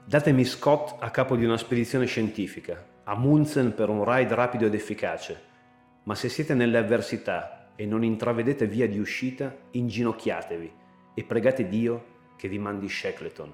Datemi Scott a capo di una spedizione scientifica, Amundsen per un raid rapido ed efficace, ma se siete nelle avversità e non intravedete via di uscita, inginocchiatevi e pregate Dio che vi mandi Shackleton.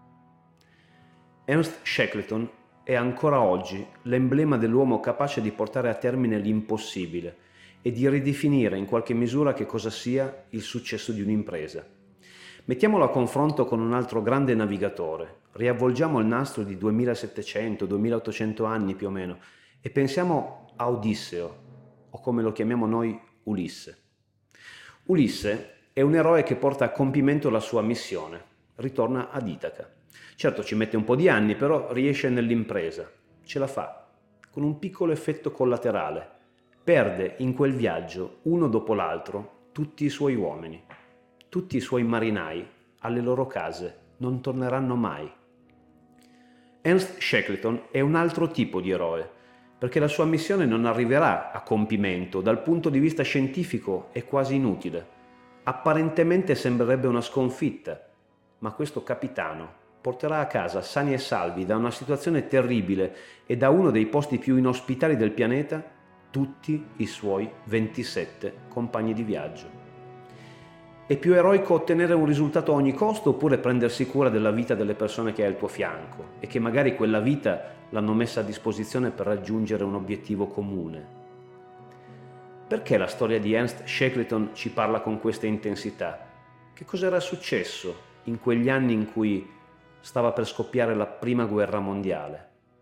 Ernst Shackleton è ancora oggi l'emblema dell'uomo capace di portare a termine l'impossibile e di ridefinire in qualche misura che cosa sia il successo di un'impresa. Mettiamolo a confronto con un altro grande navigatore, riavvolgiamo il nastro di 2700-2800 anni più o meno e pensiamo a Odisseo, o come lo chiamiamo noi Ulisse. Ulisse è un eroe che porta a compimento la sua missione, ritorna ad Itaca. Certo ci mette un po' di anni, però riesce nell'impresa, ce la fa, con un piccolo effetto collaterale. Perde in quel viaggio, uno dopo l'altro, tutti i suoi uomini. Tutti i suoi marinai alle loro case non torneranno mai. Ernst Shackleton è un altro tipo di eroe, perché la sua missione non arriverà a compimento, dal punto di vista scientifico è quasi inutile. Apparentemente sembrerebbe una sconfitta, ma questo capitano porterà a casa sani e salvi da una situazione terribile e da uno dei posti più inospitali del pianeta tutti i suoi 27 compagni di viaggio. È più eroico ottenere un risultato a ogni costo oppure prendersi cura della vita delle persone che hai al tuo fianco e che magari quella vita l'hanno messa a disposizione per raggiungere un obiettivo comune? Perché la storia di Ernst Shackleton ci parla con questa intensità? Che cos'era successo in quegli anni in cui stava per scoppiare la Prima Guerra Mondiale?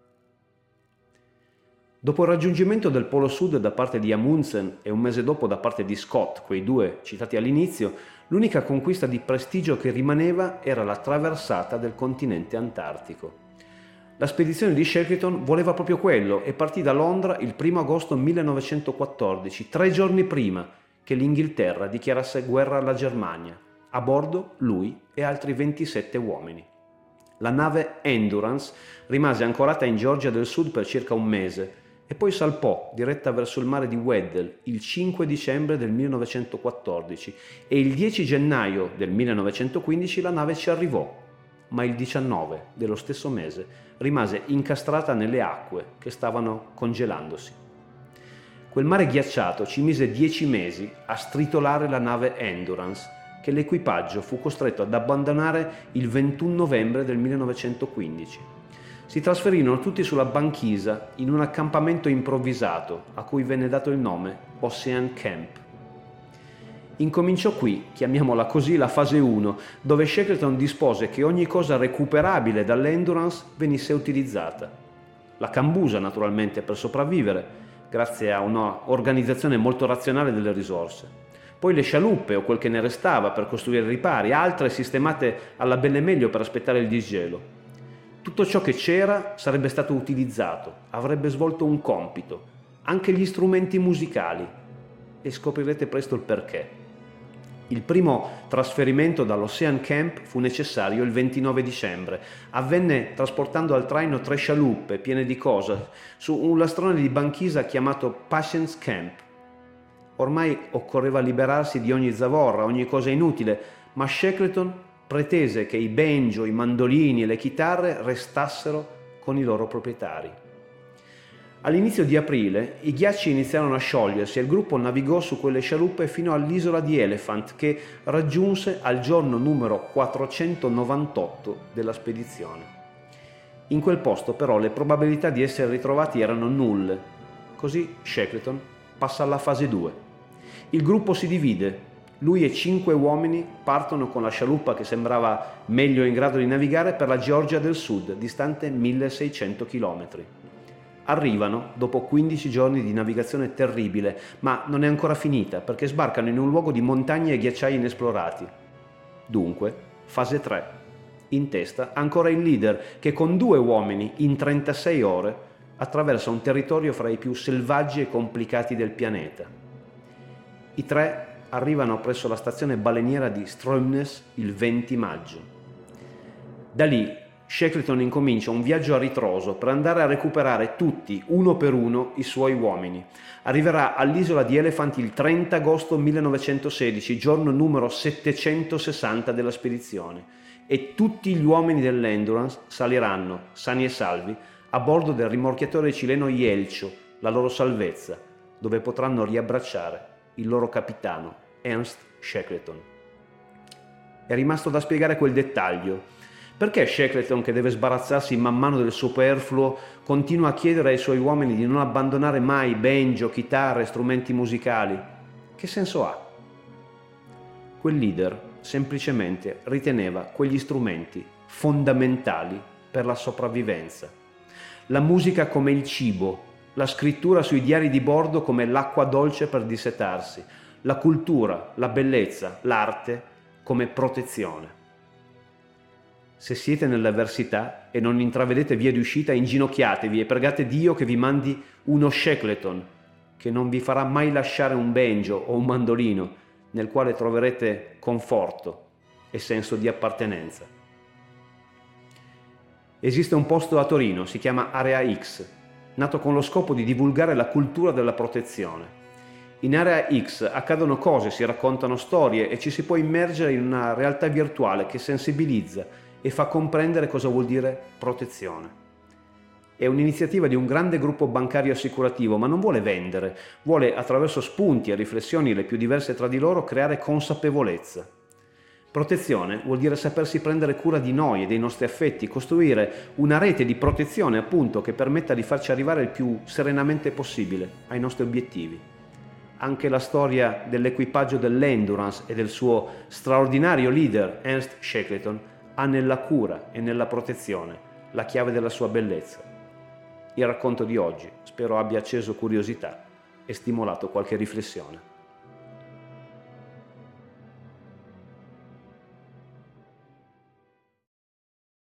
Dopo il raggiungimento del Polo Sud da parte di Amundsen e un mese dopo da parte di Scott, quei due citati all'inizio, l'unica conquista di prestigio che rimaneva era la traversata del continente antartico. La spedizione di Shackleton voleva proprio quello e partì da Londra il 1 agosto 1914, 3 giorni prima che l'Inghilterra dichiarasse guerra alla Germania. A bordo lui e altri 27 uomini. La nave Endurance rimase ancorata in Georgia del Sud per circa un mese e poi salpò diretta verso il mare di Weddell il 5 dicembre del 1914 e il 10 gennaio del 1915 la nave ci arrivò, ma il 19 dello stesso mese rimase incastrata nelle acque che stavano congelandosi. Quel mare ghiacciato ci mise 10 mesi a stritolare la nave Endurance, che l'equipaggio fu costretto ad abbandonare il 21 novembre del 1915. Si trasferirono tutti sulla banchisa in un accampamento improvvisato a cui venne dato il nome Ocean Camp. Incominciò qui, chiamiamola così, la fase 1, dove Shackleton dispose che ogni cosa recuperabile dall'Endurance venisse utilizzata. La cambusa, naturalmente, per sopravvivere, grazie a una organizzazione molto razionale delle risorse. Poi le scialuppe o quel che ne restava per costruire ripari, altre sistemate alla belle meglio per aspettare il disgelo. Tutto ciò che c'era sarebbe stato utilizzato, avrebbe svolto un compito, anche gli strumenti musicali, e scoprirete presto il perché. Il primo trasferimento dall'Ocean Camp fu necessario il 29 dicembre. Avvenne trasportando al traino 3 scialuppe piene di cose su un lastrone di banchisa chiamato Patience Camp. Ormai occorreva liberarsi di ogni zavorra, ogni cosa inutile, ma Shackleton pretese che i banjo, i mandolini e le chitarre restassero con i loro proprietari. All'inizio di aprile i ghiacci iniziarono a sciogliersi e il gruppo navigò su quelle scialuppe fino all'isola di Elephant, che raggiunse al giorno numero 498 della spedizione. In quel posto però le probabilità di essere ritrovati erano nulle, così Shackleton passa alla fase 2. Il gruppo si divide. Lui e 5 uomini partono con la scialuppa che sembrava meglio in grado di navigare per la Georgia del Sud, distante 1600 km. Arrivano dopo 15 giorni di navigazione terribile, ma non è ancora finita perché sbarcano in un luogo di montagne e ghiacciai inesplorati. Dunque, fase 3. In testa ancora il leader che con 2 uomini in 36 ore attraversa un territorio fra i più selvaggi e complicati del pianeta. I 3 arrivano presso la stazione baleniera di Stromness il 20 maggio. Da lì Shackleton incomincia un viaggio a ritroso per andare a recuperare tutti, uno per uno, i suoi uomini. Arriverà all'isola di Elephant il 30 agosto 1916, giorno numero 760 della spedizione, e tutti gli uomini dell'Endurance saliranno, sani e salvi, a bordo del rimorchiatore cileno Jelcho, la loro salvezza, dove potranno riabbracciare il loro capitano, Ernst Shackleton. È rimasto da spiegare quel dettaglio. Perché Shackleton, che deve sbarazzarsi man mano del superfluo, continua a chiedere ai suoi uomini di non abbandonare mai banjo, chitarre, strumenti musicali? Che senso ha? Quel leader semplicemente riteneva quegli strumenti fondamentali per la sopravvivenza. La musica come il cibo, la scrittura sui diari di bordo come l'acqua dolce per dissetarsi, la cultura, la bellezza, l'arte come protezione. Se siete nell'avversità e non intravedete via di uscita, inginocchiatevi e pregate Dio che vi mandi uno Shackleton, che non vi farà mai lasciare un banjo o un mandolino, nel quale troverete conforto e senso di appartenenza. Esiste un posto a Torino, si chiama Area X, nato con lo scopo di divulgare la cultura della protezione. In Area X accadono cose, si raccontano storie e ci si può immergere in una realtà virtuale che sensibilizza e fa comprendere cosa vuol dire protezione. È un'iniziativa di un grande gruppo bancario assicurativo, ma non vuole vendere, vuole attraverso spunti e riflessioni le più diverse tra di loro creare consapevolezza. Protezione vuol dire sapersi prendere cura di noi e dei nostri affetti, costruire una rete di protezione appunto che permetta di farci arrivare il più serenamente possibile ai nostri obiettivi. Anche la storia dell'equipaggio dell'Endurance e del suo straordinario leader Ernst Shackleton ha nella cura e nella protezione la chiave della sua bellezza. Il racconto di oggi spero abbia acceso curiosità e stimolato qualche riflessione.